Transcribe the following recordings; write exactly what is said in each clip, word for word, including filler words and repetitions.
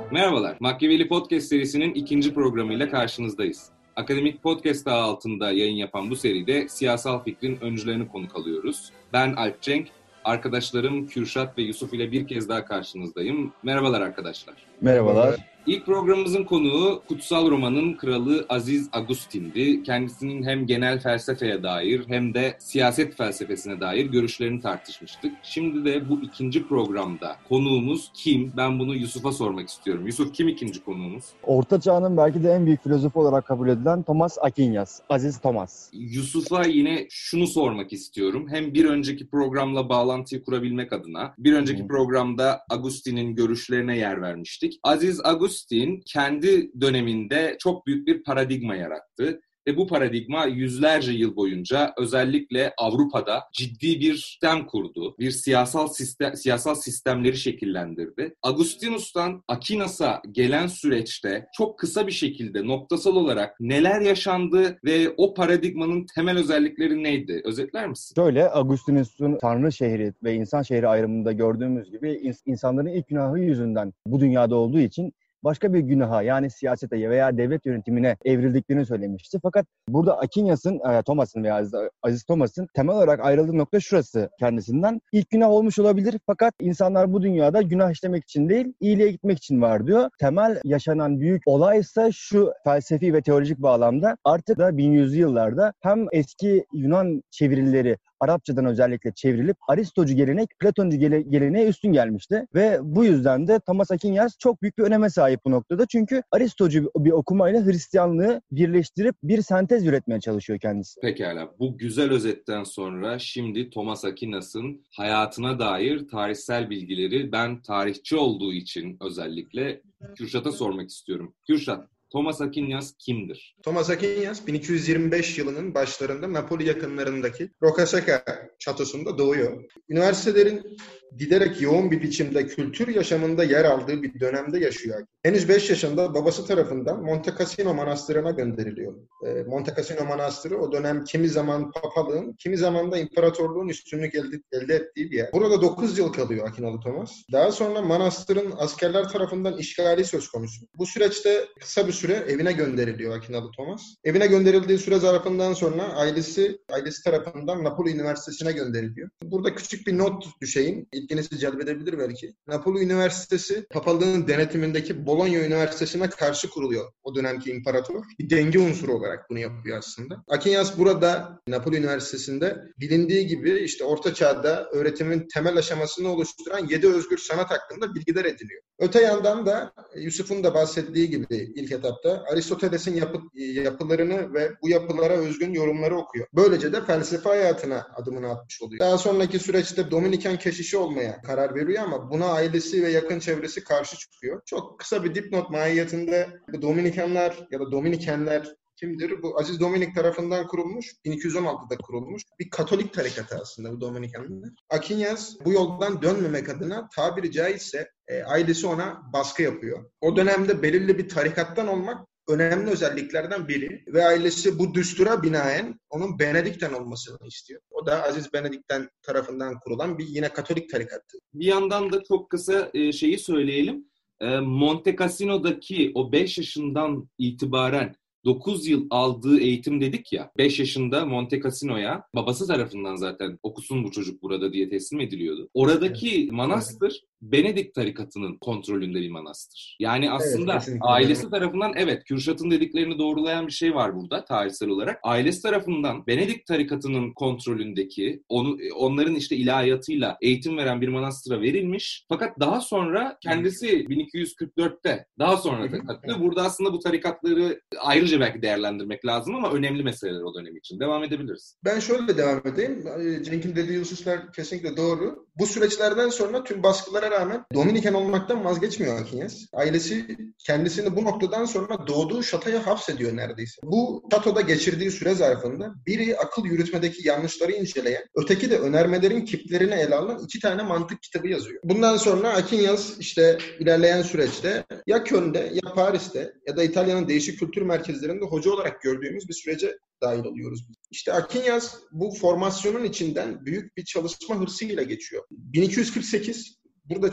Merhabalar, Machiavelli Podcast serisinin ikinci programıyla karşınızdayız. Akademik Podcast adı altında yayın yapan bu seride siyasal fikrin öncülerini konuk alıyoruz. Ben Alp Cenk, arkadaşlarım Kürşat ve Yusuf ile bir kez daha karşınızdayım. Merhabalar arkadaşlar. Merhabalar. İlk programımızın konuğu kutsal romanın kralı Aziz Agustin'di. Kendisinin hem genel felsefeye dair hem de siyaset felsefesine dair görüşlerini tartışmıştık. Şimdi de bu ikinci programda konuğumuz kim? Ben bunu Yusuf'a sormak istiyorum. Yusuf, kim ikinci konuğumuz? Orta Çağ'ın belki de en büyük filozofu olarak kabul edilen Thomas Aquinas, Aziz Thomas. Yusuf'a yine şunu sormak istiyorum. Hem bir önceki programla bağlantıyı kurabilmek adına, bir önceki hmm. programda Agustin'in görüşlerine yer vermiştik. Aziz Agustin kendi döneminde çok büyük bir paradigma yarattı. Ve bu paradigma yüzlerce yıl boyunca özellikle Avrupa'da ciddi bir sistem kurdu. Bir siyasal sistem, siyasal sistemleri şekillendirdi. Agustinus'tan Aquinas'a gelen süreçte çok kısa bir şekilde noktasal olarak neler yaşandı ve o paradigmanın temel özellikleri neydi? Özetler misin? Şöyle, Agustinus'un Tanrı şehri ve insan şehri ayrımında gördüğümüz gibi insanların ilk günahı yüzünden bu dünyada olduğu için başka bir günaha, yani siyasete veya devlet yönetimine evrildiklerini söylemişti. Fakat burada Aquinas'ın, Thomas'ın veya Aziz Thomas'ın temel olarak ayrıldığı nokta şurası kendisinden. İlk günah olmuş olabilir fakat insanlar bu dünyada günah işlemek için değil, iyiliğe gitmek için var diyor. Temel yaşanan büyük olaysa şu: felsefi ve teolojik bağlamda artık da bin yüzlü yıllarda hem eski Yunan çevirileri Arapçadan özellikle çevrilip Aristocu gelenek, Platoncu gele- geleneğe üstün gelmişti. Ve bu yüzden de Thomas Aquinas çok büyük bir öneme sahip bu noktada. Çünkü Aristocu bir okumayla Hristiyanlığı birleştirip bir sentez üretmeye çalışıyor kendisi. Pekala. Bu güzel özetten sonra şimdi Thomas Aquinas'ın hayatına dair tarihsel bilgileri ben tarihçi olduğu için özellikle Kürşat'a sormak istiyorum. Kürşat, Thomas Aquinas kimdir? Thomas Aquinas bin iki yüz yirmi beş yılının başlarında Napoli yakınlarındaki Roccaseca şatosunda doğuyor. Üniversitelerin giderek yoğun bir biçimde kültür yaşamında yer aldığı bir dönemde yaşıyor. Henüz beş yaşında babası tarafından Monte Cassino Manastırı'na gönderiliyor. Monte Cassino Manastırı o dönem kimi zaman papalığın, kimi zaman da imparatorluğun üstünlük elde, elde ettiği bir yer. Burada dokuz yıl kalıyor Akinalı Thomas. Daha sonra manastırın askerler tarafından işgali söz konusu. Bu süreçte kısa bir süre evine gönderiliyor Akinalı Thomas. Evine gönderildiği süre zarfından sonra ailesi ailesi tarafından Napoli Üniversitesi'ne gönderiliyor. Burada küçük bir not düşeyim. İlginizi celbedebilir belki. Napoli Üniversitesi papalığın denetimindeki Bologna Üniversitesi'ne karşı kuruluyor. O dönemki imparator bir denge unsuru olarak bunu yapıyor aslında. Aquinas burada Napoli Üniversitesi'nde bilindiği gibi işte Orta Çağ'da öğretimin temel aşamasını oluşturan yedi özgür sanat hakkında bilgiler ediniyor. Öte yandan da Yusuf'un da bahsettiği gibi ilk etapta Aristoteles'in yapı, yapılarını ve bu yapılara özgün yorumları okuyor. Böylece de felsefe hayatına adımını atmış oluyor. Daha sonraki süreçte Dominikan keşişi olmaya karar veriyor ama buna ailesi ve yakın çevresi karşı çıkıyor. Çok kısa bir dipnot mahiyetinde bu Dominikanlar ya da Dominikenler kimdir? Bu Aziz Dominik tarafından kurulmuş, bin iki yüz on altıda kurulmuş bir Katolik tarikatı aslında bu Dominikanlar. Aquinas bu yoldan dönmemek adına tabiri caizse e, ailesi ona baskı yapıyor. O dönemde belirli bir tarikattan olmak önemli özelliklerden biri ve ailesi bu düstura binaen onun Benedikten olmasını istiyor. O da Aziz Benedikten tarafından kurulan bir yine Katolik tarikatı. Bir yandan da çok kısa şeyi söyleyelim. Monte Cassino'daki o beş yaşından itibaren dokuz yıl aldığı eğitim dedik ya, beş yaşında Monte Cassino'ya babası tarafından zaten okusun bu çocuk burada diye teslim ediliyordu. Oradaki evet. manastır Benedik tarikatının kontrolünde bir manastır. Yani aslında evet, ailesi tarafından evet Kürşat'ın dediklerini doğrulayan bir şey var burada tarihsel olarak. Ailesi tarafından Benedik tarikatının kontrolündeki onu, onların işte ilahiyatıyla eğitim veren bir manastıra verilmiş. Fakat daha sonra kendisi bin iki yüz kırk dörtte daha sonra da katılıyor. Burada aslında bu tarikatları ayrıca belki değerlendirmek lazım ama önemli meseleler o dönem için. Devam edebiliriz. Ben şöyle devam edeyim. Cenk'in dediği hususlar kesinlikle doğru. Bu süreçlerden sonra tüm baskılara rağmen Dominiken olmaktan vazgeçmiyor Aquinas. Ailesi kendisini bu noktadan sonra doğduğu şatoya hapsediyor neredeyse. Bu şatoda geçirdiği süre zarfında biri akıl yürütmedeki yanlışları inceleyen, öteki de önermelerin kiplerini ele alan iki tane mantık kitabı yazıyor. Bundan sonra Aquinas işte ilerleyen süreçte ya Köln'de ya Paris'te ya da İtalya'nın değişik kültür merkezlerinde hoca olarak gördüğümüz bir sürece dahil oluyoruz. İşte Aquinas bu formasyonun içinden büyük bir çalışma hırsıyla geçiyor. bin iki yüz kırk sekiz burada çok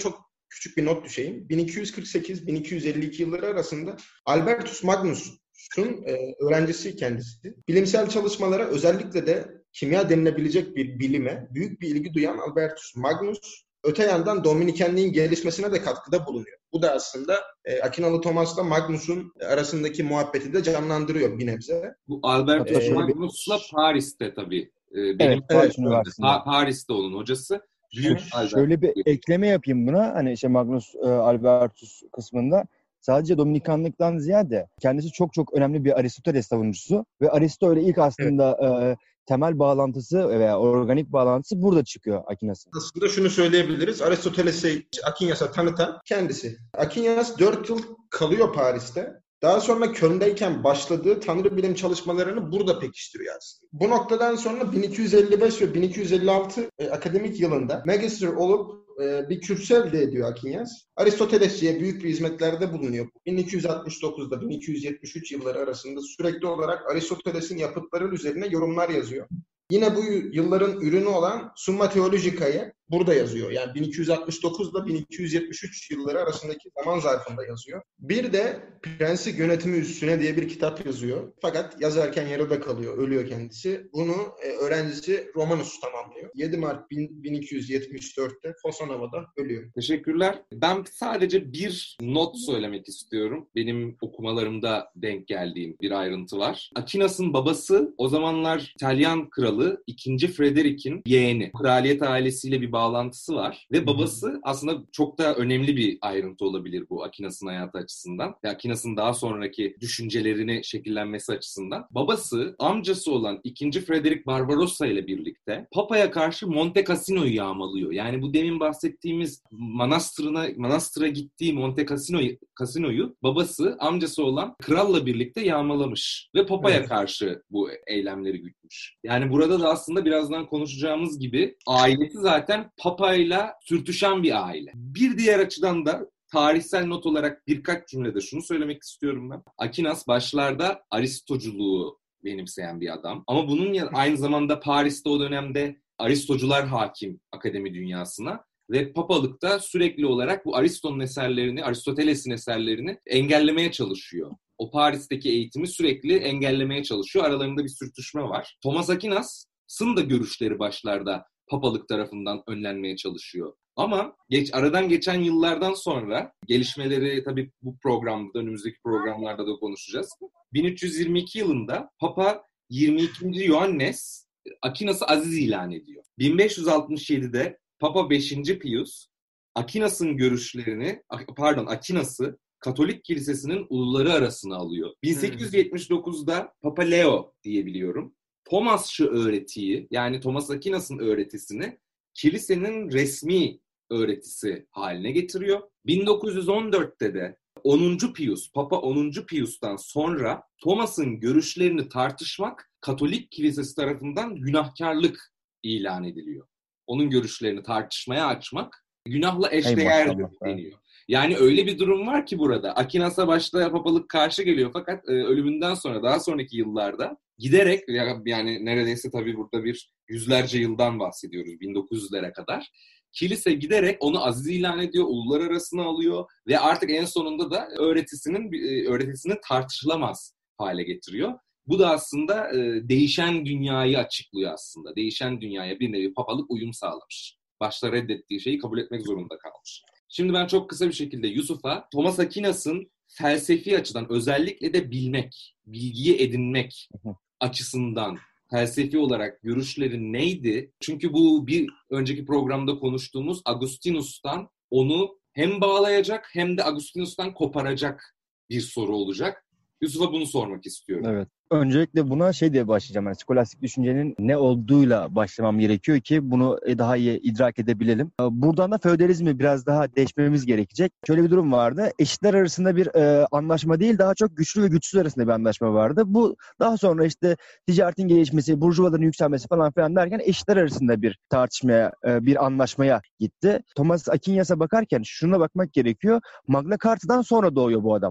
küçük bir not düşeyim. bin iki yüz kırk sekiz bin iki yüz elli iki yılları arasında Albertus Magnus'un e, öğrencisi kendisi. Bilimsel çalışmalara, özellikle de kimya denilebilecek bir bilime büyük bir ilgi duyan Albertus Magnus, öte yandan Dominikenliğin gelişmesine de katkıda bulunuyor. Bu da aslında e, Akinalı Thomas'la Magnus'un arasındaki muhabbeti de canlandırıyor bir nebze. Bu Albertus Ee, Magnus'la Paris'te tabii. Ee, benim Evet, Paris Evet, Üniversitesi'nde. Pa- Paris'te onun hocası. Büyük Albert. Şöyle bir ekleme yapayım buna. Hani işte Magnus e, Albertus kısmında sadece Dominikanlıktan ziyade kendisi çok çok önemli bir Aristoteles savunucusu ve Aristo öyle ilk aslında e, temel bağlantısı veya organik bağlantısı burada çıkıyor Akinas'ın. Aslında şunu söyleyebiliriz. Aristoteles'i Akinyas'a tanıtan kendisi. Akinyas dört yıl kalıyor Paris'te. Daha sonra Köln'deyken başladığı tanrı bilim çalışmalarını burada pekiştiriyor aslında. Bu noktadan sonra bin iki yüz elli beş ve bin iki yüz elli altı e, akademik yılında magister olup e, bir kürsü elde ediyor Akinyas. Aristotelesçiye büyük bir hizmetlerde bulunuyor. bin iki yüz altmış dokuzda bin iki yüz yetmiş üç yılları arasında sürekli olarak Aristoteles'in yapıtları üzerine yorumlar yazıyor. Yine bu yılların ürünü olan Summa Theologica'yı burada yazıyor. Yani bin iki yüz altmış dokuzla bin iki yüz yetmiş üç yılları arasındaki zaman zarfında yazıyor. Bir de Prenslik Yönetimi Üstüne diye bir kitap yazıyor. Fakat yazarken yarıda kalıyor, ölüyor kendisi. Bunu e, öğrencisi Romanus tamamlıyor. yedi Mart bin iki yüz yetmiş dörtte Fosanova'da ölüyor. Teşekkürler. Ben sadece bir not söylemek istiyorum. Benim okumalarımda denk geldiğim bir ayrıntı var. Akinas'ın babası o zamanlar İtalyan kralı ikinci. Frederick'in yeğeni. Kraliyet ailesiyle bir bağlantısı var. Ve babası aslında çok da önemli bir ayrıntı olabilir bu Akinas'ın hayatı açısından. Ve Akinas'ın daha sonraki düşüncelerini şekillenmesi açısından. Babası amcası olan ikinci. Frederick Barbarossa ile birlikte Papa'ya karşı Monte Cassino'yu yağmalıyor. Yani bu demin bahsettiğimiz manastırına, manastıra gittiği Monte Cassino'yu, Cassino'yu babası amcası olan kralla birlikte yağmalamış. Ve Papa'ya evet. karşı bu eylemleri gütmüş. Yani burada da aslında birazdan konuşacağımız gibi ailesi zaten Papa'yla sürtüşen bir aile. Bir diğer açıdan da tarihsel not olarak birkaç cümlede şunu söylemek istiyorum ben. Akinas başlarda Aristoculuğu benimseyen bir adam. Ama bunun aynı zamanda Paris'te o dönemde Aristocular hakim akademi dünyasına ve papalıkta sürekli olarak bu Aristo'nun eserlerini, Aristoteles'in eserlerini engellemeye çalışıyor. O Paris'teki eğitimi sürekli engellemeye çalışıyor. Aralarında bir sürtüşme var. Thomas Aquinas'ın da görüşleri başlarda papalık tarafından önlenmeye çalışıyor. Ama geç, aradan geçen yıllardan sonra gelişmeleri tabii bu programda, önümüzdeki programlarda da konuşacağız. bin üç yüz yirmi iki yılında Papa yirmi ikinci. Ioannes Aquinas'ı aziz ilan ediyor. bin beş yüz altmış yedide Papa beşinci. Pius Aquinas'ın görüşlerini, pardon Aquinas'ı Katolik Kilisesi'nin uluları arasına alıyor. bin sekiz yüz yetmiş dokuzda Papa Leo diyebiliyorum. Thomasçı öğretiyi, yani Thomas Aquinas'ın öğretisini kilisenin resmi öğretisi haline getiriyor. bin dokuz yüz on dörtte de onuncu. Pius, Papa onuncu. Pius'tan sonra Thomas'ın görüşlerini tartışmak Katolik Kilisesi tarafından günahkarlık ilan ediliyor. Onun görüşlerini tartışmaya açmak günahla eşdeğer deniyor. Yani öyle bir durum var ki burada. Aquinas'a başta papalık karşı geliyor fakat e, ölümünden sonra, daha sonraki yıllarda giderek, yani neredeyse tabii burada bir yüzlerce yıldan bahsediyoruz, bin dokuz yüzlere kadar. Kilise giderek onu aziz ilan ediyor, ulular arasına alıyor ve artık en sonunda da öğretisinin öğretisini tartışılamaz hale getiriyor. Bu da aslında e, değişen dünyayı açıklıyor aslında. Değişen dünyaya bir nevi papalık uyum sağlamış. Başta reddettiği şeyi kabul etmek zorunda kalmış. Şimdi ben çok kısa bir şekilde Yusuf'a Thomas Aquinas'ın felsefi açıdan, özellikle de bilmek, bilgiyi edinmek açısından felsefi olarak görüşleri neydi? Çünkü bu bir önceki programda konuştuğumuz Agustinus'tan onu hem bağlayacak hem de Agustinus'tan koparacak bir soru olacak. Yusuf'a bunu sormak istiyorum. Evet. Öncelikle buna şey diye başlayacağım. Yani skolastik düşüncenin ne olduğuyla başlamam gerekiyor ki bunu daha iyi idrak edebilelim. Buradan da feodalizmi biraz daha değişmemiz gerekecek. Şöyle bir durum vardı. Eşitler arasında bir e, anlaşma değil, daha çok güçlü ve güçsüz arasında bir anlaşma vardı. Bu daha sonra işte ticaretin gelişmesi, burjuvaların yükselmesi falan filan derken eşitler arasında bir tartışmaya, e, bir anlaşmaya gitti. Thomas Aquinas'a bakarken şuna bakmak gerekiyor. Magna Carta'dan sonra doğuyor bu adam.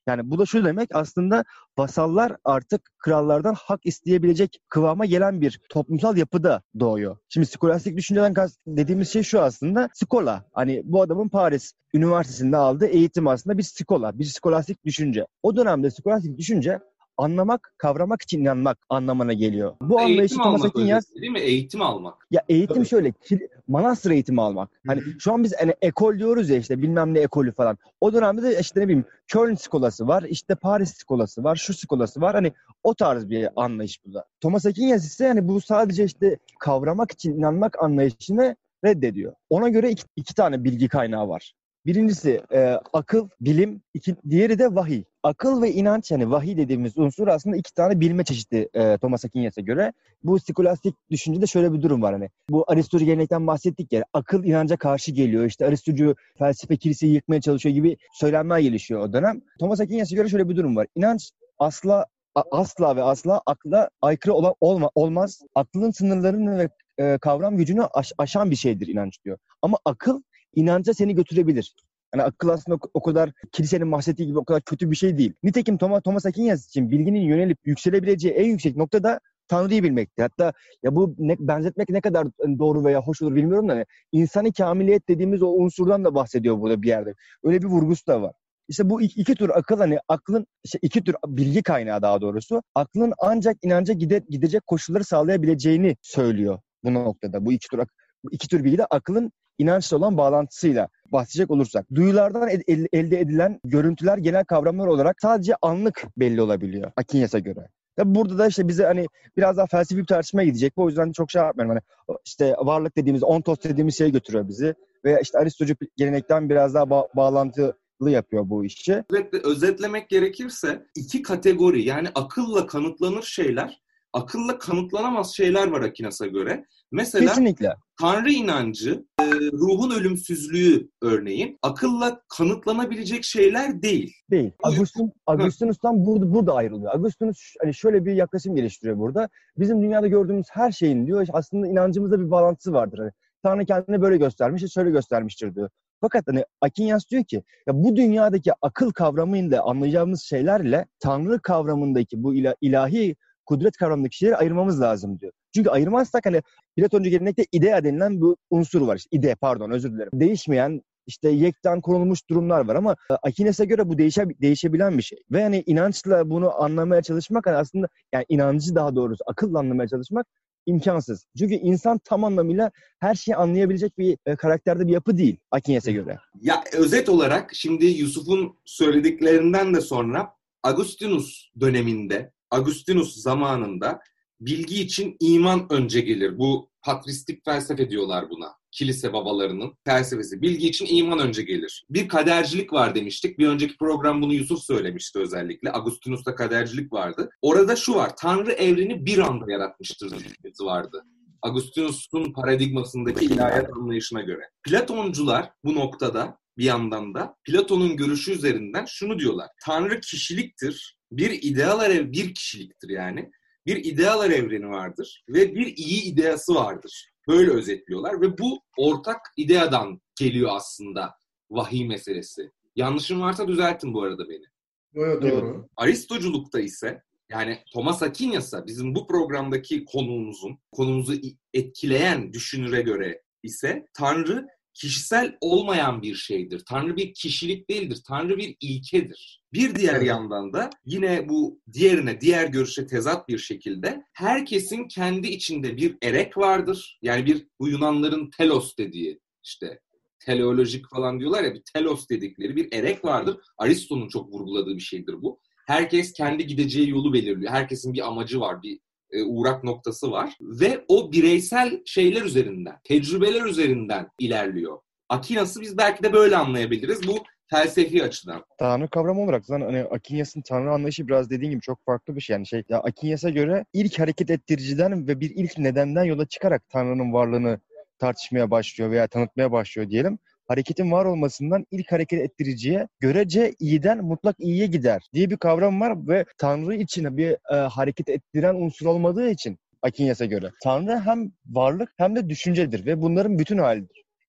Yani bu da şu demek, aslında vasallar artık krallardan hak isteyebilecek kıvama gelen bir toplumsal yapıda doğuyor. Şimdi skolastik düşünceden dediğimiz şey şu aslında, skola. Hani bu adamın Paris Üniversitesi'nde aldığı eğitim aslında bir skola, bir skolastik düşünce. O dönemde skolastik düşünce anlamak, kavramak için inanmak anlamına geliyor. Bu anlayışı Eğitim Thomas almak Aquinas, özellikle değil mi? Eğitim almak. ya eğitim Tabii. şöyle, kil- manastır eğitimi almak. Hani şu an biz hani ekol diyoruz ya, işte bilmem ne ekolü falan. O dönemde de işte ne bileyim Köln skolası var, işte Paris skolası var, şu skolası var. Hani o tarz bir anlayış bu da. Thomas Aquinas ise hani bu sadece işte kavramak için inanmak anlayışını reddediyor. Ona göre iki, iki tane bilgi kaynağı var. Birincisi e, akıl, bilim, iki, diğeri de vahiy. Akıl ve inanç, yani vahiy dediğimiz unsur aslında iki tane bilme çeşidi e, Thomas Aquinas'a göre. Bu skolastik düşüncede şöyle bir durum var hani. Bu Aristocu gelenekten bahsettik ya, akıl inanca karşı geliyor. İşte Aristocu felsefe kiliseyi yıkmaya çalışıyor gibi söylenmeler gelişiyor o dönem. Thomas Aquinas'a göre şöyle bir durum var. İnanç asla asla ve asla akla aykırı olan olma, olmaz. Aklın sınırlarını ve e, kavram gücünü aş, aşan bir şeydir inanç diyor. Ama akıl inanca seni götürebilir. Yani akıl aslında o, o kadar kilisenin bahsettiği gibi o kadar kötü bir şey değil. Nitekim Thomas, Thomas Aquinas için bilginin yönelip yükselebileceği en yüksek noktada Tanrı'yı bilmekti. Hatta ya bu ne, benzetmek ne kadar doğru veya hoş olur bilmiyorum da hani, insani kamiliyet dediğimiz o unsurdan da bahsediyor burada bir yerde. Öyle bir vurgusu da var. İşte bu iki, iki tür akıl, hani aklın işte iki tür bilgi kaynağı daha doğrusu, aklın ancak inanca gide, gidecek koşulları sağlayabileceğini söylüyor bu noktada. Bu iki tür bu iki tür bilgi de akılın inançla olan bağlantısıyla bahsedecek olursak. Duyulardan el, el, elde edilen görüntüler genel kavramlar olarak sadece anlık belli olabiliyor Aquinas'a göre. Tabi burada da işte bize hani biraz daha felsefi bir tartışmaya gidecek. Bu yüzden çok şey yapmıyorum. Hani işte varlık dediğimiz, ontos dediğimiz şeye götürüyor bizi. Veya işte Aristocu gelenekten biraz daha ba- bağlantılı yapıyor bu işi. Özetle, özetlemek gerekirse iki kategori, yani akılla kanıtlanır şeyler, akılla kanıtlanamaz şeyler var Aquinas'a göre. Mesela Kesinlikle. Tanrı inancı, e, ruhun ölümsüzlüğü örneğin akılla kanıtlanabilecek şeyler değil. Değil. Agustin, Agustinus'tan burada, burada ayrılıyor. Agustinus hani şöyle bir yaklaşım geliştiriyor burada. Bizim dünyada gördüğümüz her şeyin diyor aslında inancımızda bir bağlantısı vardır. Hani Tanrı kendini böyle göstermiş, şöyle göstermiştir diyor. Fakat hani Aquinas diyor ki ya bu dünyadaki akıl kavramıyla anlayacağımız şeylerle Tanrı kavramındaki bu ila, ilahi kudret kavramındaki şeyleri ayırmamız lazım diyor. Çünkü ayırmazsak hani Platoncu gelenekte idea denilen bu unsur var. İşte ide pardon özür dilerim. Değişmeyen işte yekten konulmuş durumlar var ama Aquinas'a göre bu değişe, değişebilen bir şey. Ve yani inançla bunu anlamaya çalışmak aslında, yani inancı daha doğrusu akılla anlamaya çalışmak imkansız. Çünkü insan tam anlamıyla her şeyi anlayabilecek bir e, karakterde bir yapı değil Aquinas'a göre. Ya özet olarak şimdi Yusuf'un söylediklerinden de sonra Agustinus döneminde, Agustinus zamanında bilgi için iman önce gelir. Bu patristik felsefe diyorlar buna. Kilise babalarının felsefesi. Bilgi için iman önce gelir. Bir kadercilik var demiştik. Bir önceki program bunu Yusuf söylemişti özellikle. Agustinus'ta kadercilik vardı. Orada şu var. Tanrı evreni bir anda yaratmıştır düşüncesi vardı. Agustinus'un paradigmasındaki ilahiyat anlayışına göre. Platoncular bu noktada bir yandan da Platon'un görüşü üzerinden şunu diyorlar. Tanrı kişiliktir. Bir ideal ev bir kişiliktir yani. Bir idealar evreni vardır ve bir iyi ideası vardır. Böyle özetliyorlar ve bu ortak ideadan geliyor aslında vahiy meselesi. Yanlışım varsa düzeltin bu arada beni. Doğru. doğru. Aristoculukta ise yani Thomas Aquinas'a bizim bu programdaki konuğumuzun, konumuzu etkileyen düşünüre göre ise Tanrı kişisel olmayan bir şeydir. Tanrı bir kişilik değildir. Tanrı bir ilkedir. Bir diğer Evet. yandan da yine bu diğerine, diğer görüşe tezat bir şekilde herkesin kendi içinde bir erek vardır. Yani bir bu Yunanların telos dediği işte teleolojik falan diyorlar ya bir telos dedikleri bir erek vardır. Aristo'nun çok vurguladığı bir şeydir bu. Herkes kendi gideceği yolu belirliyor. Herkesin bir amacı var, bir e, uğrak noktası var. Ve o bireysel şeyler üzerinden, tecrübeler üzerinden ilerliyor. Aquinas'ı biz belki de böyle anlayabiliriz bu felsefi açıdan. Tanrı kavramı olarak zaten hani Aquinas'ın Tanrı anlayışı biraz dediğin gibi çok farklı bir şey. Yani şey ya Aquinas'a göre ilk hareket ettiriciden ve bir ilk nedenden yola çıkarak Tanrı'nın varlığını tartışmaya başlıyor veya tanıtmaya başlıyor diyelim. Hareketin var olmasından ilk hareket ettiriciye görece iyiden mutlak iyiye gider diye bir kavram var ve Tanrı için bir e, hareket ettiren unsur olmadığı için Aquinas'a göre Tanrı hem varlık hem de düşüncedir ve bunların bütün halidir.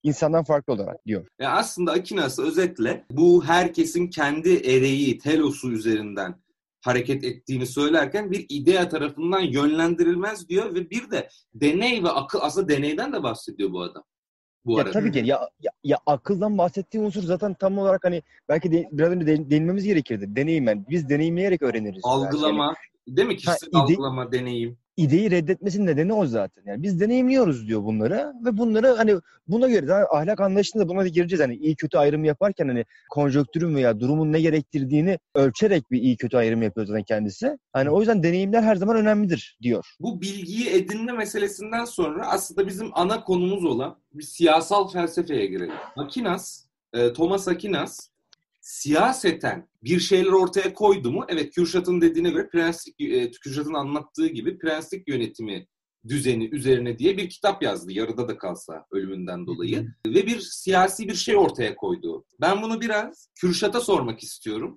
insandan farklı olarak diyor. Ya aslında Aquinas özetle bu herkesin kendi ereği, telosu üzerinden hareket ettiğini söylerken bir idea tarafından yönlendirilmez diyor ve bir de deney ve akıl, aslında deneyden de bahsediyor bu adam. Bu Ya arada. tabii ki ya, ya, ya akıldan bahsettiğim unsur zaten tam olarak hani belki de biraz önce de, değinmemiz gerekirdi. Deneyimlen. Biz deneyimleyerek öğreniriz. Algılama, yani, değil mi? Kişisel ha, ide, algılama, deneyim. İdeyi reddetmesinin nedeni o zaten. Yani biz deneyimliyoruz diyor bunları ve bunları hani buna göre zaten ahlak anlayışında da buna da gireceğiz. Hani iyi kötü ayrımı yaparken hani konjonktürün veya durumun ne gerektirdiğini ölçerek bir iyi kötü ayrımı yapıyor zaten kendisi. Hani o yüzden deneyimler her zaman önemlidir diyor. Bu bilgiyi edinme meselesinden sonra aslında bizim ana konumuz olan bir siyasal felsefeye girelim. Aquinas, Thomas Aquinas siyaseten bir şeyler ortaya koydu mu? Evet, Kürşat'ın dediğine göre prenslik, Kürşat'ın anlattığı gibi prenslik yönetimi düzeni üzerine diye bir kitap yazdı. Yarıda da kalsa ölümünden dolayı. Hı. Ve bir siyasi bir şey ortaya koydu. Ben bunu biraz Kürşat'a sormak istiyorum.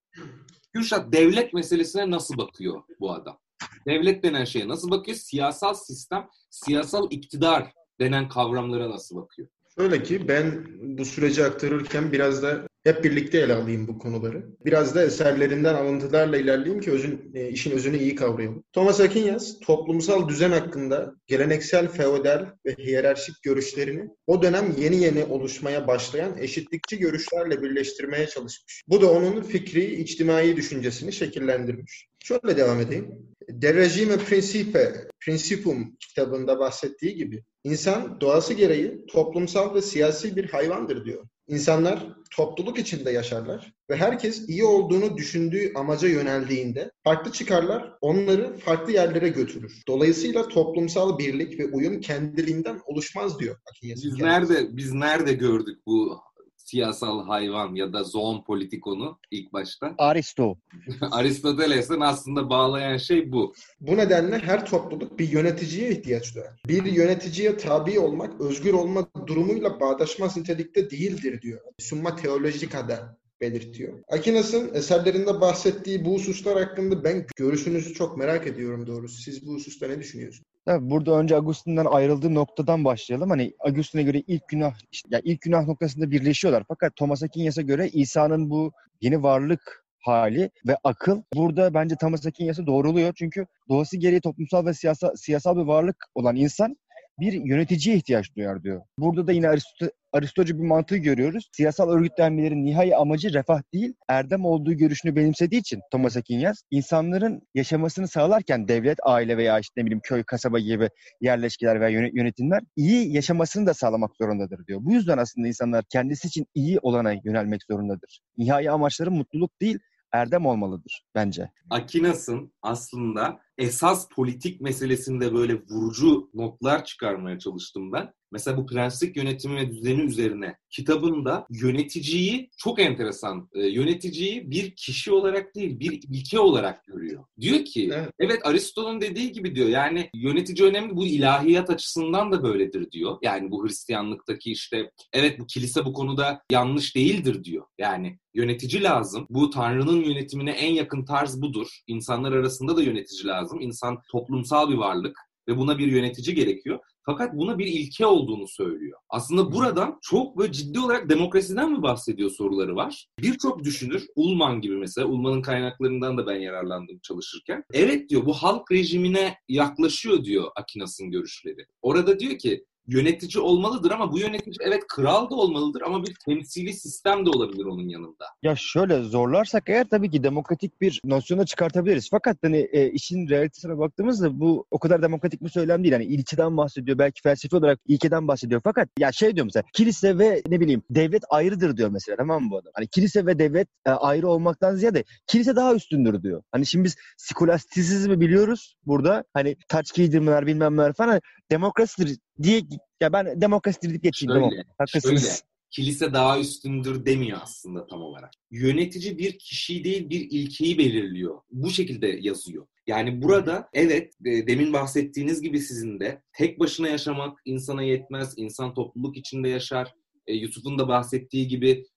Kürşat devlet meselesine nasıl bakıyor bu adam? Devlet denen şeye nasıl bakıyor? Siyasal sistem, siyasal iktidar denen kavramlara nasıl bakıyor? Şöyle ki ben bu süreci aktarırken biraz da hep birlikte ele alayım bu konuları. Biraz da eserlerinden alıntılarla ilerleyeyim ki özün, e, işin özünü iyi kavrayalım. Thomas Aquinas toplumsal düzen hakkında geleneksel feodal ve hiyerarşik görüşlerini o dönem yeni yeni oluşmaya başlayan eşitlikçi görüşlerle birleştirmeye çalışmış. Bu da onun fikri, içtimai düşüncesini şekillendirmiş. Şöyle devam edeyim. De Regime Principe, Principum kitabında bahsettiği gibi insan doğası gereği toplumsal ve siyasi bir hayvandır diyor. İnsanlar topluluk içinde yaşarlar ve herkes iyi olduğunu düşündüğü amaca yöneldiğinde farklı çıkarlar onları farklı yerlere götürür. Dolayısıyla toplumsal birlik ve uyum kendiliğinden oluşmaz diyor Aquinas. Biz nerede biz nerede gördük bu siyasal hayvan ya da zoon politikonu ilk başta? Aristo. Aristoteles'in aslında bağlayan şey bu. Bu nedenle her topluluk bir yöneticiye ihtiyaç duyar. Bir yöneticiye tabi olmak, özgür olma durumuyla bağdaşmaz nitelikte değildir diyor. Summa Theologica'da belirtiyor. Aquinas'ın eserlerinde bahsettiği bu hususlar hakkında ben görüşünüzü çok merak ediyorum doğrusu. Siz bu hususta ne düşünüyorsunuz? Tabii burada önce Agustin'den ayrıldığı noktadan başlayalım. Hani Agustin'e göre ilk günah, işte, yani ilk günah noktasında birleşiyorlar. Fakat Thomas Aquinas'a göre İsa'nın bu yeni varlık hali ve akıl burada bence Thomas Aquinas'ı doğruluyor. Çünkü doğası gereği toplumsal ve siyasal, siyasal bir varlık olan insan bir yöneticiye ihtiyaç duyar diyor. Burada da yine Aristo, Aristocu bir mantığı görüyoruz. Siyasal örgütlenmelerin nihai amacı refah değil, erdem olduğu görüşünü benimsediği için Thomas Aquinas, insanların yaşamasını sağlarken devlet, aile veya işte ne bileyim köy, kasaba gibi yerleşkeler veya yönetimler iyi yaşamasını da sağlamak zorundadır diyor. Bu yüzden aslında insanlar kendisi için iyi olana yönelmek zorundadır. Nihai amaçları mutluluk değil, erdem olmalıdır bence. Aquinas'ın aslında esas politik meselesinde böyle vurucu notlar çıkarmaya çalıştım ben. Mesela bu prenslik yönetimi ve düzeni üzerine kitabında yöneticiyi çok enteresan, e, yöneticiyi bir kişi olarak değil bir ilke olarak görüyor. Diyor ki evet, evet Aristo'nun dediği gibi diyor yani yönetici önemli, bu ilahiyat açısından da böyledir diyor. Yani bu Hristiyanlıktaki işte evet bu kilise bu konuda yanlış değildir diyor. Yani yönetici lazım. Bu Tanrı'nın yönetimine en yakın tarz budur. İnsanlar arasında da yönetici lazım. İnsan toplumsal bir varlık ve buna bir yönetici gerekiyor. Fakat buna bir ilke olduğunu söylüyor. Aslında buradan çok böyle ciddi olarak demokrasiden mi bahsediyor soruları var. Birçok düşünür, Ullmann gibi mesela, Ullmann'ın kaynaklarından da ben yararlandım çalışırken. Evet diyor, bu halk rejimine yaklaşıyor diyor Aquinas'ın görüşleri. Orada diyor ki yönetici olmalıdır ama bu yönetici evet kral da olmalıdır ama bir temsili sistem de olabilir onun yanında. Ya şöyle zorlarsak eğer tabii ki demokratik bir nosyonu çıkartabiliriz. Fakat hani e, işin realitesine baktığımızda bu o kadar demokratik bir söylem değil. Hani ilkeden bahsediyor, belki felsefi olarak ilkeden bahsediyor. Fakat ya şey diyor mesela, kilise ve ne bileyim devlet ayrıdır diyor mesela, tamam mı bu adam? Hani kilise ve devlet e, ayrı olmaktan ziyade kilise daha üstündür diyor. Hani şimdi biz skolastisizmi biliyoruz burada. Hani taç giydirmeler bilmem neler falan, hani, demokrasidir diye, ya ben demokrasidir deyip geçeyim. Şöyle, Tamam, haklısınız. Şöyle. Kilise daha üstündür demiyor aslında tam olarak. Yönetici bir kişiyi değil bir ilkeyi belirliyor. Bu şekilde yazıyor. Yani burada evet demin bahsettiğiniz gibi sizin de tek başına yaşamak insana yetmez. İnsan topluluk içinde yaşar. E, Yusuf'un da bahsettiği gibi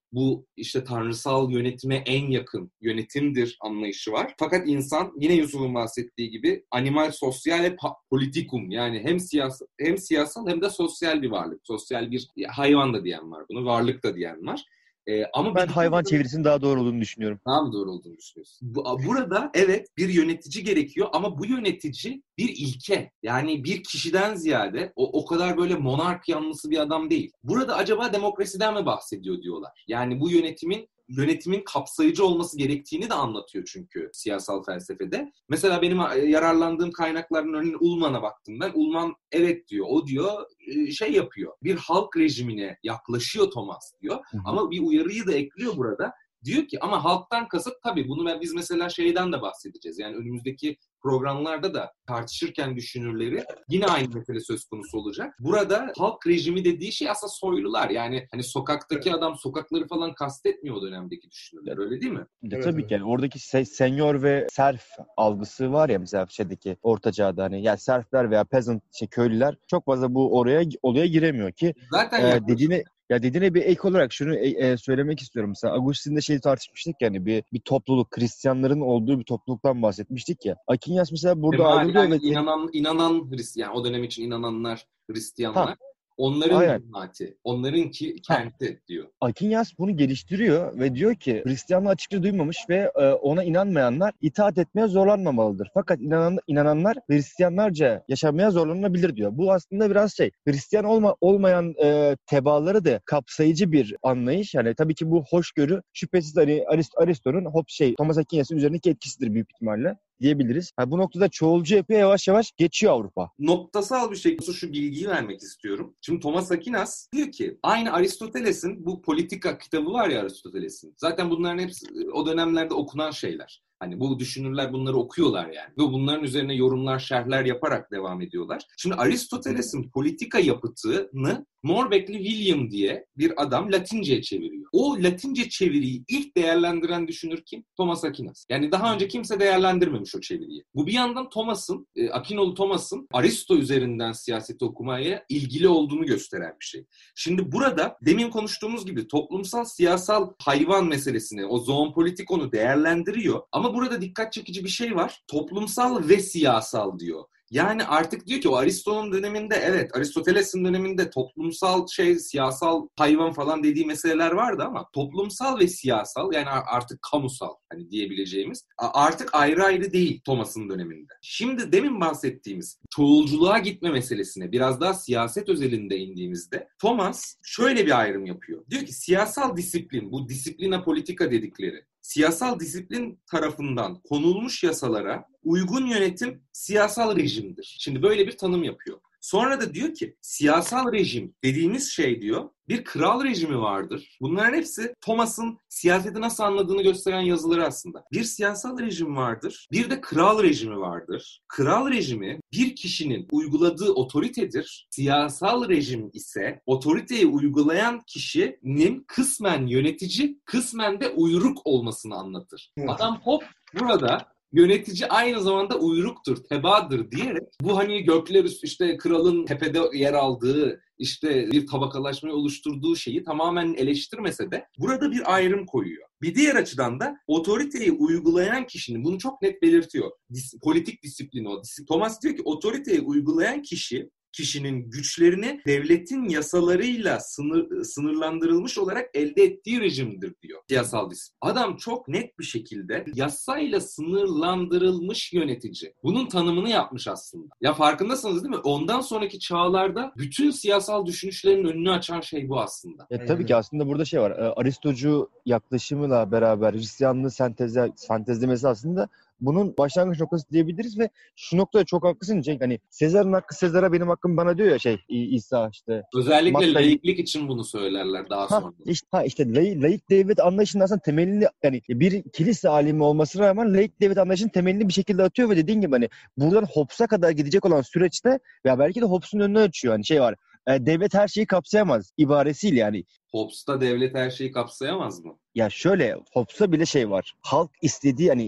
bu işte tanrısal yönetime en yakın yönetimdir anlayışı var. Fakat insan yine Yusuf'un bahsettiği gibi animal sosyal ve politikum, yani hem siyasal hem siyasal hem de sosyal bir varlık. Sosyal bir hayvan da diyen var bunu, varlık da diyen var. Ee, ama Ben bir hayvan çevirisinin daha doğru olduğunu düşünüyorum. Daha mı doğru olduğunu düşünüyorsun? Bu, burada evet bir yönetici gerekiyor ama bu yönetici bir ilke. Yani bir kişiden ziyade o, o kadar böyle monark yanlısı bir adam değil. Burada acaba demokrasiden mi bahsediyor diyorlar. Yani bu yönetimin yönetimin kapsayıcı olması gerektiğini de anlatıyor çünkü siyasal felsefede. Mesela benim yararlandığım kaynakların örneğin Ullmann'a baktım ben. Ullmann evet diyor, o diyor şey yapıyor. Bir halk rejimine yaklaşıyor Thomas diyor. Hı hı. Ama bir uyarıyı da ekliyor burada. Diyor ki ama halktan kasıt tabii bunu biz mesela şeyden de bahsedeceğiz. Yani önümüzdeki programlarda da tartışırken düşünürleri yine aynı mesele söz konusu olacak. Burada halk rejimi dediği şey aslında soylular. Yani hani sokaktaki adam sokakları falan kastetmiyor o dönemdeki düşünürler, öyle değil mi? Evet, tabii ki yani oradaki se- senyor ve serf algısı var ya mesela şeydeki Orta Çağ'da hani yani serfler veya peasant şey, köylüler çok fazla bu oraya olaya giremiyor ki zaten e, dediğine ya dediğine bir ek olarak şunu e, e, söylemek istiyorum. Mesela Agustin'de şeyi tartışmıştık yani bir bir topluluk, Hristiyanların olduğu bir topluluktan bahsetmiştik ya. Aquinas mesela burada Ema, ayrılıyor yani ve inanan inanan Hristiyan, o dönem için inananlar Hristiyanlar. ha, onların aynen. cemaati, onların ki kenti ha. diyor. Aquinas bunu geliştiriyor ve diyor ki Hristiyanlığı açıkça duymamış ve e, ona inanmayanlar itaat etmeye zorlanmamalıdır. Fakat inanan, inananlar Hristiyanlarca yaşamaya zorlanabilir diyor. Bu aslında biraz şey Hristiyan olma, olmayan e, tebaaları da kapsayıcı bir anlayış. Yani tabii ki bu hoşgörü şüphesiz hani Arist, Aristo'nun hop şey Thomas Aquinas'ın üzerindeki etkisidir büyük ihtimalle diyebiliriz. Yani bu noktada çoğulcu yapıya yavaş yavaş geçiyor Avrupa. Noktasal bir şekilde şu bilgiyi vermek istiyorum. Şimdi Thomas Aquinas diyor ki aynı Aristoteles'in bu Politika kitabı var ya Aristoteles'in. Zaten bunların hepsi o dönemlerde okunan şeyler. Hani bu düşünürler bunları okuyorlar yani. Ve bunların üzerine yorumlar, şerhler yaparak devam ediyorlar. Şimdi Aristoteles'in politika yapıtını Morbekli William diye bir adam Latince'ye çeviriyor. O Latince çeviriyi ilk değerlendiren düşünür kim? Thomas Aquinas. Yani daha önce kimse değerlendirmemiş o çeviriyi. Bu bir yandan Thomas'ın, e, Akinolu Thomas'ın Aristo üzerinden siyaseti okumaya ilgili olduğunu gösteren bir şey. Şimdi burada demin konuştuğumuz gibi toplumsal siyasal hayvan meselesini, o zoonpolitikonu değerlendiriyor. Ama burada dikkat çekici bir şey var. Toplumsal ve siyasal diyor. Yani artık diyor ki o Aristo'nun döneminde evet Aristoteles'in döneminde toplumsal şey siyasal hayvan falan dediği meseleler vardı ama toplumsal ve siyasal yani artık kamusal hani diyebileceğimiz artık ayrı ayrı değil Thomas'ın döneminde. Şimdi demin bahsettiğimiz çoğulculuğa gitme meselesine biraz daha siyaset özelinde indiğimizde Thomas şöyle bir ayrım yapıyor. Diyor ki siyasal disiplin, bu disiplina politika dedikleri siyasal disiplin tarafından konulmuş yasalara uygun yönetim siyasal rejimdir. Şimdi böyle bir tanım yapıyor. Sonra da diyor ki siyasal rejim dediğimiz şey diyor bir kral rejimi vardır. Bunların hepsi Thomas'ın siyaseti nasıl anladığını gösteren yazıları aslında. Bir siyasal rejim vardır, bir de kral rejimi vardır. Kral rejimi bir kişinin uyguladığı otoritedir. Siyasal rejim ise otoriteyi uygulayan kişinin kısmen yönetici, kısmen de uyruk olmasını anlatır. Adam hop burada yönetici aynı zamanda uyruktur, tebaadır diyerek bu hani gökler üstü işte kralın tepede yer aldığı işte bir tabakalaşmayı oluşturduğu şeyi tamamen eleştirmese de burada bir ayrım koyuyor. Bir diğer açıdan da otoriteyi uygulayan kişinin bunu çok net belirtiyor. Dis- politik disiplin o. Thomas diyor ki otoriteyi uygulayan kişi kişinin güçlerini devletin yasalarıyla sınır, sınırlandırılmış olarak elde ettiği rejimdir diyor siyasal disiplin. Adam çok net bir şekilde yasayla sınırlandırılmış yönetici. Bunun tanımını yapmış aslında. Ya farkındasınız değil mi? Ondan sonraki çağlarda bütün siyasal düşünüşlerin önünü açan şey bu aslında. Ya, tabii ki aslında burada şey var. Aristocu yaklaşımıyla beraber Hristiyanlığı senteze, sentezlemesi aslında bunun başlangıç noktası diyebiliriz ve şu noktada çok haklısın Cenk. Hani Sezar'ın hakkı Sezar'a benim hakkım bana diyor ya şey İsa işte. Özellikle Matta... laiklik için bunu söylerler daha ha, sonra. Işte, ha işte laik, laik devlet anlayışının aslında temelini yani bir kilise alimi olmasına rağmen laik devlet anlayışının temelini bir şekilde atıyor ve dediğin gibi hani buradan Hobbes'a kadar gidecek olan süreçte ya belki de Hobbes'un önünü açıyor. Hani şey var. Devlet her şeyi kapsayamaz ibaresiyle yani. Hobbes'ta devlet her şeyi kapsayamaz mı? Ya şöyle Hobbes'ta bile şey var. Halk istediği hani şey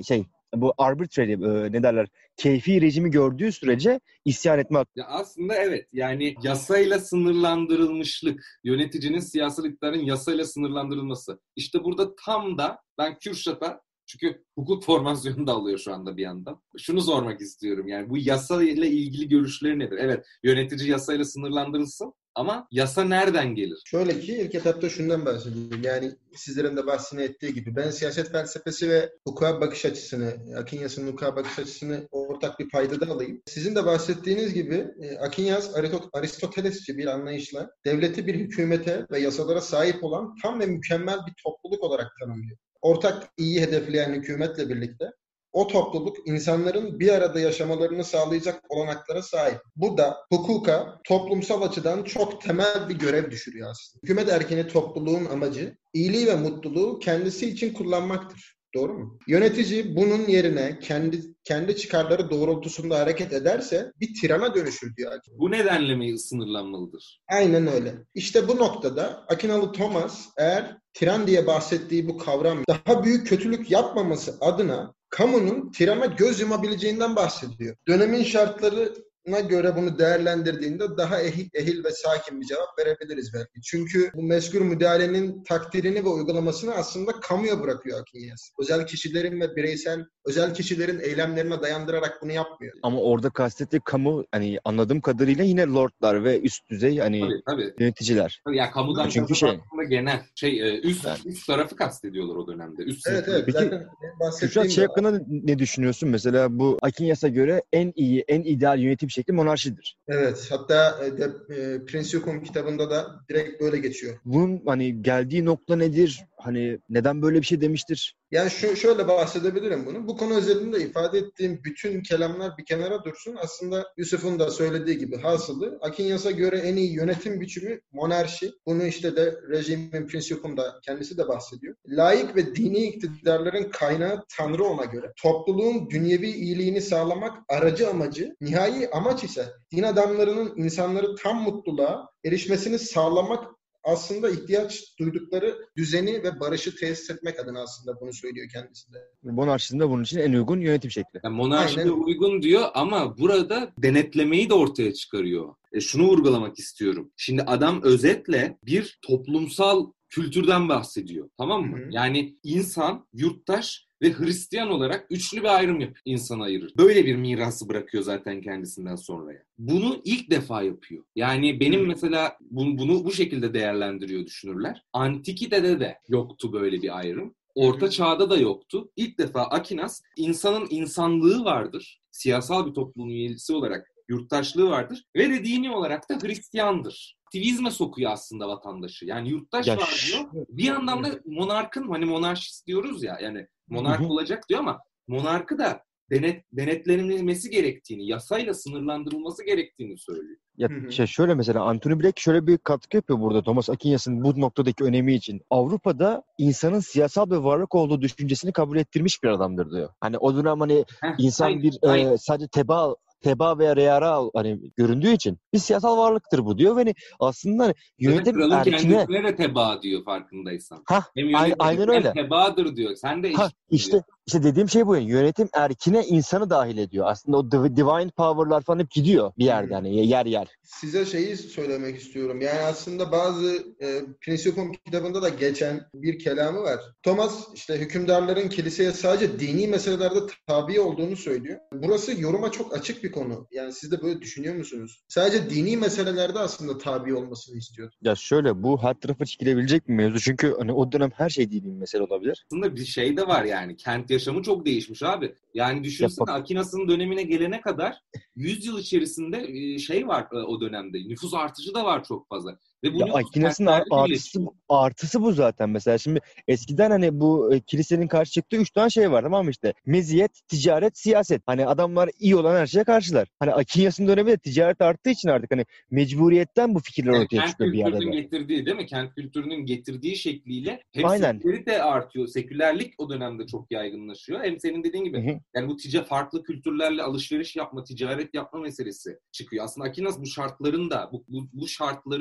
bu arbitrary e, ne derler keyfi rejimi gördüğü sürece isyan etme hakkı. Ya aslında evet, yani yasayla sınırlandırılmışlık, yöneticinin siyasal iktidarın yasayla sınırlandırılması. İşte burada tam da ben Kürşat'a, çünkü hukuk formasyonu da alıyor şu anda bir yandan, şunu sormak istiyorum. Yani bu yasayla ilgili görüşleri nedir? Evet, yönetici yasayla sınırlandırılsın ama yasa nereden gelir? Şöyle ki ilk etapta şundan bahsedeyim. Yani sizlerin de bahsini ettiği gibi ben siyaset felsefesi ve hukuka bakış açısını, Akinyas'ın hukuka bakış açısını ortak bir paydada alayım. Sizin de bahsettiğiniz gibi Akinyas Aristotelesçi bir anlayışla devleti bir hükümete ve yasalara sahip olan tam ve mükemmel bir topluluk olarak tanımlıyor. Ortak iyi hedefleyen hükümetle birlikte o topluluk insanların bir arada yaşamalarını sağlayacak olanaklara sahip. Bu da hukuka toplumsal açıdan çok temel bir görev düşürüyor aslında. Hükümet erkeni topluluğun amacı iyiliği ve mutluluğu kendisi için kullanmaktır. Doğru mu? Yönetici bunun yerine kendi kendi çıkarları doğrultusunda hareket ederse bir tirana dönüşür diyor Akin. Bu nedenle mi sınırlanmalıdır? Aynen öyle. İşte bu noktada Akinalı Thomas eğer tiran diye bahsettiği bu kavram daha büyük kötülük yapmaması adına kamunun tirana göz yumabileceğinden bahsediyor. Dönemin şartlarına göre bunu değerlendirdiğinde daha ehil, ehil ve sakin bir cevap verebiliriz belki. Çünkü bu mezkur müdahalenin takdirini ve uygulamasını aslında kamuya bırakıyor Akinyas. Özel kişilerin ve bireysel özel kişilerin eylemlerine dayandırarak bunu yapmıyor. Ama orada kastettiği kamu hani anladığım kadarıyla yine lordlar ve üst düzey hani Tabii, tabii. yöneticiler. Tabii ya kamudan Çünkü şey, şey genel şey üst yani, üst tarafı kastediyorlar o dönemde. Üst evet sınıfı. evet. Peki, zaten bahsettiğim Kürşat şey de hakkında ne düşünüyorsun? Mesela bu Akinyas'a göre en iyi, en ideal yönetim şekli monarşidir. Evet, hatta e, de, e, Principium kitabında da direkt böyle geçiyor. Bunun hani geldiği nokta nedir? Hani neden böyle bir şey demiştir? Yani şu, şöyle bahsedebilirim bunu. Bu konu özelinde ifade ettiğim bütün kelamlar bir kenara dursun. Aslında Yusuf'un da söylediği gibi hasılı Akinyas'a göre en iyi yönetim biçimi monarşi. Bunu işte de rejimin Principium'da kendisi de bahsediyor. Laik ve dini iktidarların kaynağı Tanrı ona göre. Topluluğun dünyevi iyiliğini sağlamak aracı amacı, nihai amaç ise din adamlarının insanları tam mutluluğa erişmesini sağlamak, aslında ihtiyaç duydukları düzeni ve barışı tesis etmek adına aslında bunu söylüyor kendisi de. Monarşinin de bunun için en uygun yönetim şekli. Yani monarşide uygun diyor ama burada denetlemeyi de ortaya çıkarıyor. E şunu vurgulamak istiyorum. Şimdi adam özetle bir toplumsal kültürden bahsediyor. Tamam mı? Hı hı. Yani insan, yurttaş ve Hristiyan olarak üçlü bir ayrım yapıyor. İnsanı ayırır. Böyle bir mirası bırakıyor zaten kendisinden sonraya. Bunu ilk defa yapıyor. Yani benim mesela bunu, bunu bu şekilde değerlendiriyor düşünürler. Antikite'de de yoktu böyle bir ayrım. Orta Çağ'da da yoktu. İlk defa Akinas insanın insanlığı vardır. Siyasal bir toplumun üyesi olarak yurttaşlığı vardır. Ve de dini olarak da Hristiyandır. Aktivizme sokuyor aslında vatandaşı. Yani yurttaş ya var diyor. Bir yandan da monarkın, hani monarşist diyoruz ya, yani monark olacak diyor ama monarkı da denet, denetlenilmesi gerektiğini, yasayla sınırlandırılması gerektiğini söylüyor. Ya şey şöyle mesela Anthony Black şöyle bir katkı yapıyor burada Thomas Akinyas'ın bu noktadaki önemi için. Avrupa'da insanın siyasal bir varlık olduğu düşüncesini kabul ettirmiş bir adamdır diyor. Hani o dönem hani Heh, insan aynen, bir aynen. E, sadece teba teba veya reyara hani göründüğü için bir siyasal varlıktır bu diyor ve hani aslında hani yönetim kralın erkine... kendisine de teba diyor farkındaysan. Hah, aynen, aynen öyle. Tebadır diyor. Sen de ha, işte diyor. İşte dediğim şey bu yani. Yönetim erkine insanı dahil ediyor. Aslında o divine power'lar falan hep gidiyor bir yerde hani hmm. yer yer. Size şeyi söylemek istiyorum. Yani aslında bazı e, Principium kitabında da geçen bir kelamı var. Thomas işte hükümdarların kiliseye sadece dini meselelerde tabi olduğunu söylüyor. Burası yoruma çok açık bir konu. Yani siz de böyle düşünüyor musunuz? Sadece dini meselelerde aslında tabi olmasını istiyor. Ya şöyle bu her tarafa çekilebilecek bir mevzu. Çünkü hani o dönem her şey dini bir mesele olabilir. Aslında bir şey de var yani. Kent yaşamı çok değişmiş abi. Yani düşünsene Akinas'ın dönemine gelene kadar yüz yıl içerisinde şey var o dönemde. Nüfus artışı da var çok fazla. Ve bu Akinas'ın artısı, artısı bu zaten. Mesela şimdi eskiden hani bu e, kilisenin karşı çıktığı üç tane şey var, tamam mı işte? Meziyet, ticaret, siyaset. Hani adamlar iyi olan her şeye karşılar. Hani Akinyas'ın döneminde ticaret arttığı için artık hani mecburiyetten bu fikirler yani ortaya çıkıyor bir yerde. Kent kültürünün getirdiği değil mi? Kent kültürünün getirdiği şekliyle hem seküleri de artıyor. Sekülerlik o dönemde çok yaygınlaşıyor. Hem senin dediğin gibi hı hı. yani bu tica farklı kültürlerle alışveriş yapma, ticaret yapma meselesi çıkıyor. Aslında Akinas bu şartların da bu, bu, bu şartların şerait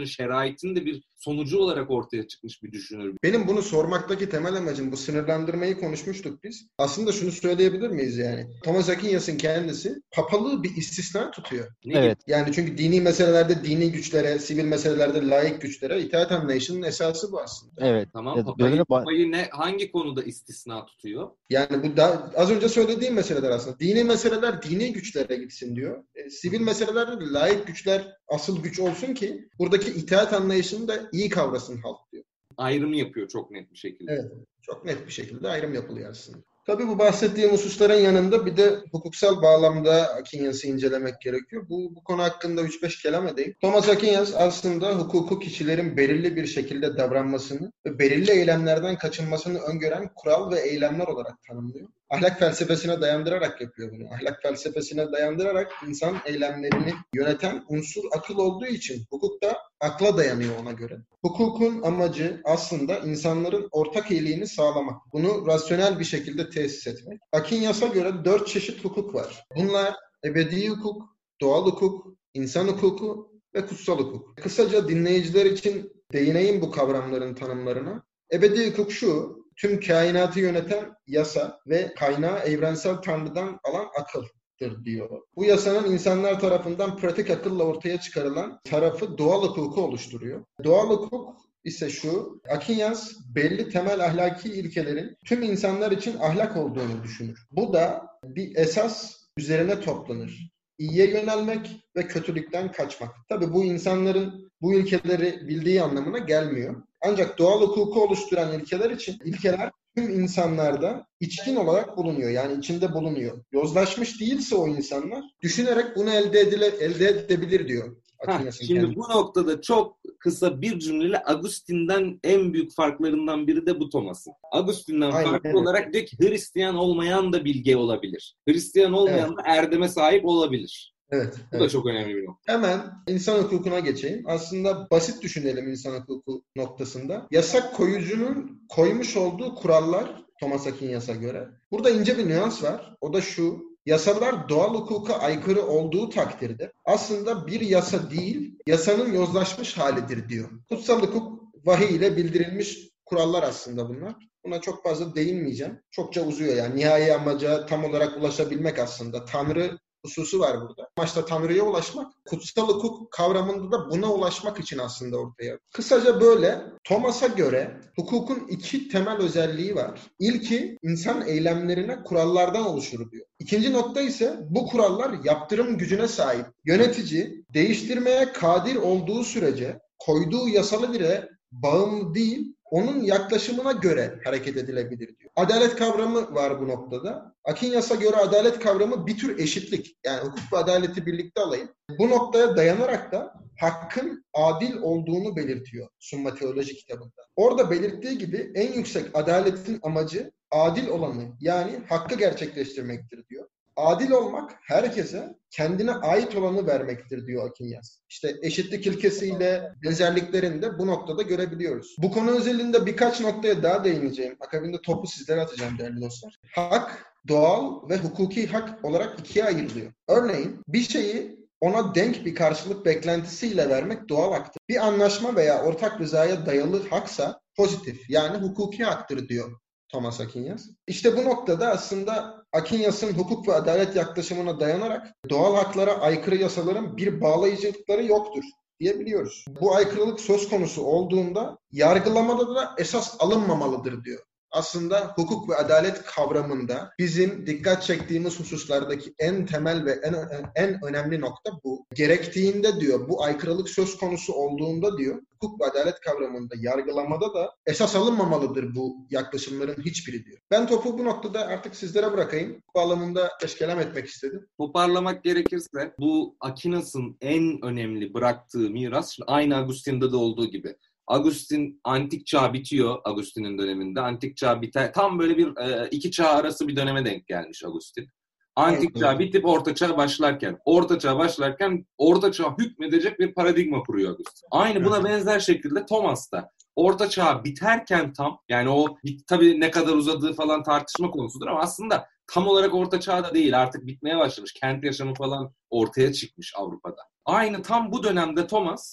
White'in de bir sonucu olarak ortaya çıkmış bir düşünür. Benim bunu sormaktaki temel amacım, bu sınırlandırmayı konuşmuştuk biz. Aslında şunu söyleyebilir miyiz yani? Thomas Aquinas kendisi papalığı bir istisna tutuyor. Ne Evet. Yani çünkü dini meselelerde dini güçlere, sivil meselelerde laik güçlere itaat anlayışının esası bu aslında. Evet. Tamam, Ya, papayı, dönüp- papayı ne, hangi konuda istisna tutuyor? Yani bu da az önce söylediğim meseleler aslında. Dini meseleler dini güçlere gitsin diyor. E, sivil meselelerde de laik güçler asıl güç olsun ki buradaki itaat anlayışını da iyi kavrasın halk diyor. Ayrımı yapıyor çok net bir şekilde. Evet. Çok net bir şekilde ayrım yapılıyor aslında. Tabii bu bahsettiğim hususların yanında bir de hukuksal bağlamda Aquinas'ı incelemek gerekiyor. Bu, bu konu hakkında üç beş kelam edeyim. Thomas Aquinas aslında hukuku kişilerin belirli bir şekilde davranmasını ve belirli eylemlerden kaçınmasını öngören kural ve eylemler olarak tanımlıyor. Ahlak felsefesine dayandırarak yapıyor bunu. Ahlak felsefesine dayandırarak insan eylemlerini yöneten unsur akıl olduğu için hukuk da akla dayanıyor ona göre. Hukukun amacı aslında insanların ortak iyiliğini sağlamak. Bunu rasyonel bir şekilde tesis etmek. Aquinas'a göre dört çeşit hukuk var. Bunlar ebedi hukuk, doğal hukuk, insan hukuku ve kutsal hukuk. Kısaca dinleyiciler için değineyim bu kavramların tanımlarına. Ebedi hukuk şu: tüm kainatı yöneten yasa ve kaynağı evrensel Tanrı'dan alan akıldır diyor. Bu yasanın insanlar tarafından pratik akılla ortaya çıkarılan tarafı doğal hukuku oluşturuyor. Doğal hukuk ise şu: Aquinas belli temel ahlaki ilkelerin tüm insanlar için ahlak olduğunu düşünür. Bu da bir esas üzerine toplanır. İyiye yönelmek ve kötülükten kaçmak. Tabii bu insanların bu ilkeleri bildiği anlamına gelmiyor. Ancak doğal hukuku oluşturan ilkeler için ilkeler tüm insanlarda içkin olarak bulunuyor. Yani içinde bulunuyor. Yozlaşmış değilse o insanlar düşünerek bunu elde edile, elde edebilir diyor. Heh, şimdi kendi. Bu noktada çok kısa bir cümleyle Agustin'den en büyük farklarından biri de bu Thomas'ın. Agustin'den Aynen, farklı evet. olarak diyor ki Hristiyan olmayan da bilge olabilir. Hristiyan olmayan evet. da erdeme sahip olabilir. Evet. Bu evet. da çok önemli bir nokta. Hemen insan hukukuna geçeyim. Aslında basit düşünelim insan hukuku noktasında. Yasak koyucunun koymuş olduğu kurallar Thomas Aquinas'a göre. Burada ince bir nüans var. O da şu: yasalar doğal hukuka aykırı olduğu takdirde aslında bir yasa değil, yasanın yozlaşmış halidir diyor. Kutsal hukuk vahiy ile bildirilmiş kurallar aslında bunlar. Buna çok fazla değinmeyeceğim. Çokça uzuyor yani. Nihai amaca tam olarak ulaşabilmek aslında. Tanrı hususu var burada. Amaçta Tanrı'ya ulaşmak. Kutsal hukuk kavramında da buna ulaşmak için aslında ortaya. Kısaca böyle Thomas'a göre hukukun iki temel özelliği var. İlki insan eylemlerine kurallardan oluşur diyor. İkinci nokta ise bu kurallar yaptırım gücüne sahip. Yönetici değiştirmeye kadir olduğu sürece koyduğu yasalı bile bağımlı değil, onun yaklaşımına göre hareket edilebilir diyor. Adalet kavramı var bu noktada. Aquinas'a göre adalet kavramı bir tür eşitlik. Yani hukuk ve adaleti birlikte alayım. Bu noktaya dayanarak da hakkın adil olduğunu belirtiyor Summa Teoloji kitabında. Orada belirttiği gibi en yüksek adaletin amacı adil olanı, yani hakkı gerçekleştirmektir diyor. Adil olmak herkese kendine ait olanı vermektir diyor Aquinas. İşte eşitlik ilkesiyle benzerliklerini de bu noktada görebiliyoruz. Bu konu özelinde birkaç noktaya daha değineceğim. Akabinde topu sizlere atacağım değerli dostlar. Hak, doğal ve hukuki hak olarak ikiye ayrılıyor. Örneğin bir şeyi ona denk bir karşılık beklentisiyle vermek doğal haktır. Bir anlaşma veya ortak rızaya dayalı haksa pozitif, yani hukuki haktır diyor Thomas Aquinas. İşte bu noktada aslında Aquinas'ın hukuk ve adalet yaklaşımına dayanarak doğal haklara aykırı yasaların bir bağlayıcılıkları yoktur diyebiliyoruz. Bu aykırılık söz konusu olduğunda yargılamada da esas alınmamalıdır diyor. Aslında hukuk ve adalet kavramında bizim dikkat çektiğimiz hususlardaki en temel ve en, en önemli nokta bu. Gerektiğinde diyor, bu aykırılık söz konusu olduğunda diyor, hukuk ve adalet kavramında yargılamada da esas alınmamalıdır bu yaklaşımların hiçbiri diyor. Ben topu bu noktada artık sizlere bırakayım. Bu bağlamında kelam etmek istedim. Toparlamak gerekirse bu Aquinas'ın en önemli bıraktığı miras aynı Agustin'de de olduğu gibi. Agustin antik çağ bitiyor Agustin'in döneminde. Antik çağ biter. Tam böyle bir e, iki çağ arası bir döneme denk gelmiş Agustin. Antik evet, çağ evet. bitip orta çağ başlarken, orta çağ başlarken orta çağ hükmedecek bir paradigma kuruyor Agustin. Aynı buna benzer şekilde Thomas da orta çağ biterken tam, yani o tabii ne kadar uzadığı falan tartışma konusudur ama aslında tam olarak orta çağda değil, artık bitmeye başlamış. Kent yaşamı falan ortaya çıkmış Avrupa'da. Aynı tam bu dönemde Thomas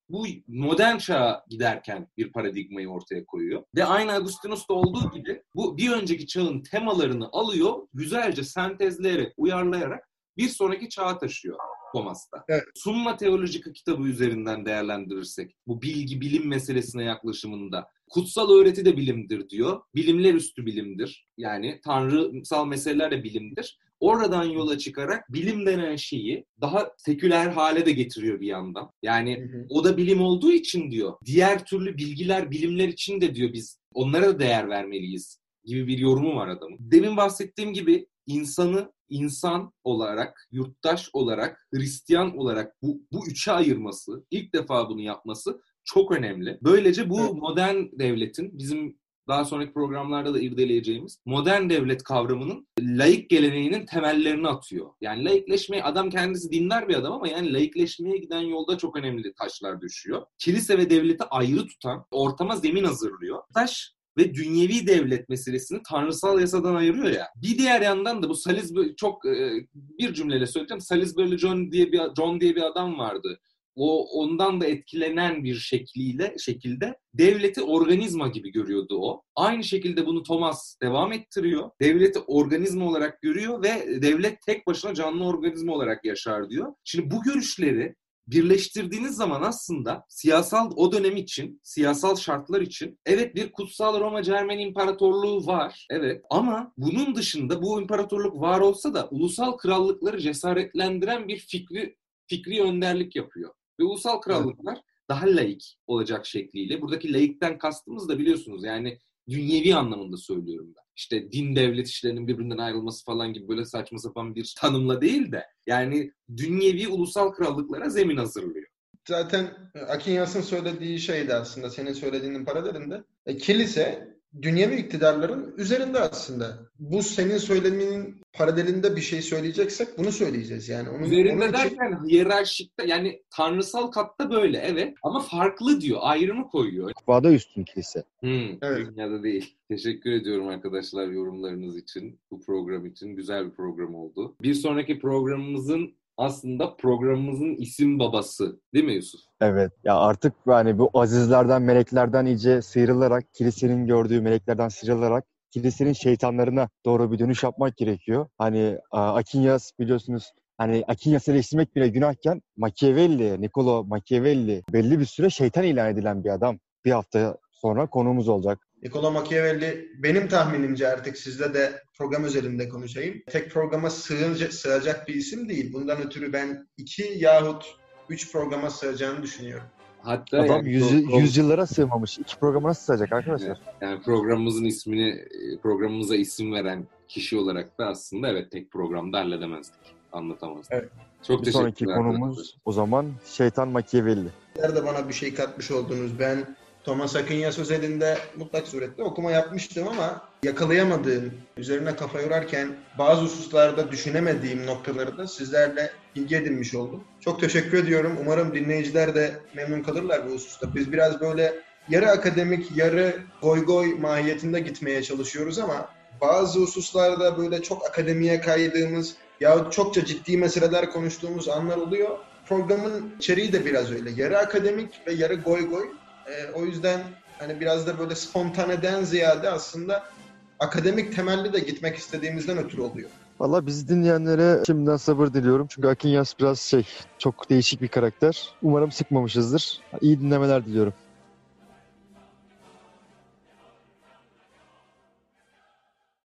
bu modern çağa giderken bir paradigmayı ortaya koyuyor. Ve aynı Agustinus'ta olduğu gibi bu bir önceki çağın temalarını alıyor, güzelce sentezleyerek, uyarlayarak bir sonraki çağa taşıyor Thomas'ta. Evet. Summa Theologica kitabı üzerinden değerlendirirsek bu bilgi, bilim meselesine yaklaşımında kutsal öğreti de bilimdir diyor. Bilimler üstü bilimdir. Yani tanrısal meseleler de bilimdir. Oradan yola çıkarak bilim denen şeyi daha seküler hale de getiriyor bir yandan. Yani hı hı. O da bilim olduğu için diyor. Diğer türlü bilgiler, bilimler için de diyor biz onlara da değer vermeliyiz gibi bir yorumu var adamın. Demin bahsettiğim gibi insanı insan olarak, yurttaş olarak, Hristiyan olarak bu, bu üçe ayırması, ilk defa bunu yapması çok önemli. Böylece bu evet. modern devletin, bizim daha sonraki programlarda da irdeleyeceğimiz modern devlet kavramının laik geleneğinin temellerini atıyor. Yani laikleşmeye, adam kendisi dindar bir adam ama yani laikleşmeye giden yolda çok önemli taşlar düşüyor. Kilise ve devleti ayrı tutan, ortama zemin hazırlıyor. Taş ve dünyevi devlet meselesini tanrısal yasadan ayırıyor ya. Bir diğer yandan da bu Salisbury, çok e, bir cümleyle söyleyeceğim. Salisbury John diye bir John diye bir adam vardı. O ondan da etkilenen bir şekliyle şekilde devleti organizma gibi görüyordu o. Aynı şekilde bunu Thomas devam ettiriyor. Devleti organizma olarak görüyor ve devlet tek başına canlı organizma olarak yaşar diyor. Şimdi bu görüşleri birleştirdiğiniz zaman aslında siyasal o dönem için, siyasal şartlar için evet bir kutsal Roma Cermen İmparatorluğu var. Evet ama bunun dışında bu imparatorluk var olsa da ulusal krallıkları cesaretlendiren bir fikri fikri önderlik yapıyor. Ve ulusal krallıklar evet. daha laik olacak şekliyle. Buradaki laikten kastımız da biliyorsunuz yani dünyevi anlamında söylüyorum ben. İşte din devlet işlerinin birbirinden ayrılması falan gibi böyle saçma sapan bir tanımla değil de yani dünyevi ulusal krallıklara zemin hazırlıyor. Zaten Akinyas'ın söylediği şey de aslında senin söylediğinin paralelinde. E, kilise dünyevi iktidarların üzerinde aslında. Bu senin söyleminin paralelinde bir şey söyleyeceksek bunu söyleyeceğiz. Yani onun, üzerinde onun derken için... hiyerarşikte yani tanrısal katta böyle evet ama farklı diyor. Ayrımı koyuyor. Kupada üstün kilise. Hmm, evet. Dünyada değil. Teşekkür ediyorum arkadaşlar yorumlarınız için. Bu program için güzel bir program oldu. Bir sonraki programımızın aslında programımızın isim babası değil mi Yusuf? Evet. Ya artık yani bu azizlerden, meleklerden iyice sıyrılarak, kilisenin gördüğü meleklerden sıyrılarak kilisenin şeytanlarına doğru bir dönüş yapmak gerekiyor. Hani Akinyas biliyorsunuz hani Akinyas'ı eleştirmek bile günahken Machiavelli, Niccolo Machiavelli belli bir süre şeytan ilan edilen bir adam. Bir hafta sonra konuğumuz olacak. Niccolo Machiavelli benim tahminimce artık sizle de program özelinde konuşayım. Tek programa sığınca, sığacak bir isim değil. Bundan ötürü ben iki yahut üç programa sığacağını düşünüyorum. Hatta adam yani yüz, pro- yüzyıllara sığmamış. İki programa nasıl sığacak arkadaşlar? Yani programımızın ismini, programımıza isim veren kişi olarak da aslında evet tek programda halledemezdik. Anlatamazdık. Evet. Çok bir sonraki konumuz o zaman Şeytan Machiavelli. Nerede bana bir şey katmış oldunuz? Ben Thomas Aquinas özelinde mutlak surette okuma yapmıştım ama yakalayamadığım, üzerine kafa yorarken bazı hususlarda düşünemediğim noktaları da sizlerle bilgi edinmiş oldum. Çok teşekkür ediyorum. Umarım dinleyiciler de memnun kalırlar bu hususta. Biz biraz böyle yarı akademik, yarı goy goy mahiyetinde gitmeye çalışıyoruz ama bazı hususlarda böyle çok akademiye kaydığımız yahut çokça ciddi meseleler konuştuğumuz anlar oluyor. Programın içeriği de biraz öyle. Yarı akademik ve yarı goy goy. Ee, o yüzden hani biraz da böyle spontaneden ziyade aslında akademik temelli de gitmek istediğimizden ötürü oluyor. Valla bizi dinleyenlere şimdiden sabır diliyorum. Çünkü Akinyas biraz şey, çok değişik bir karakter. Umarım sıkmamışızdır. İyi dinlemeler diliyorum.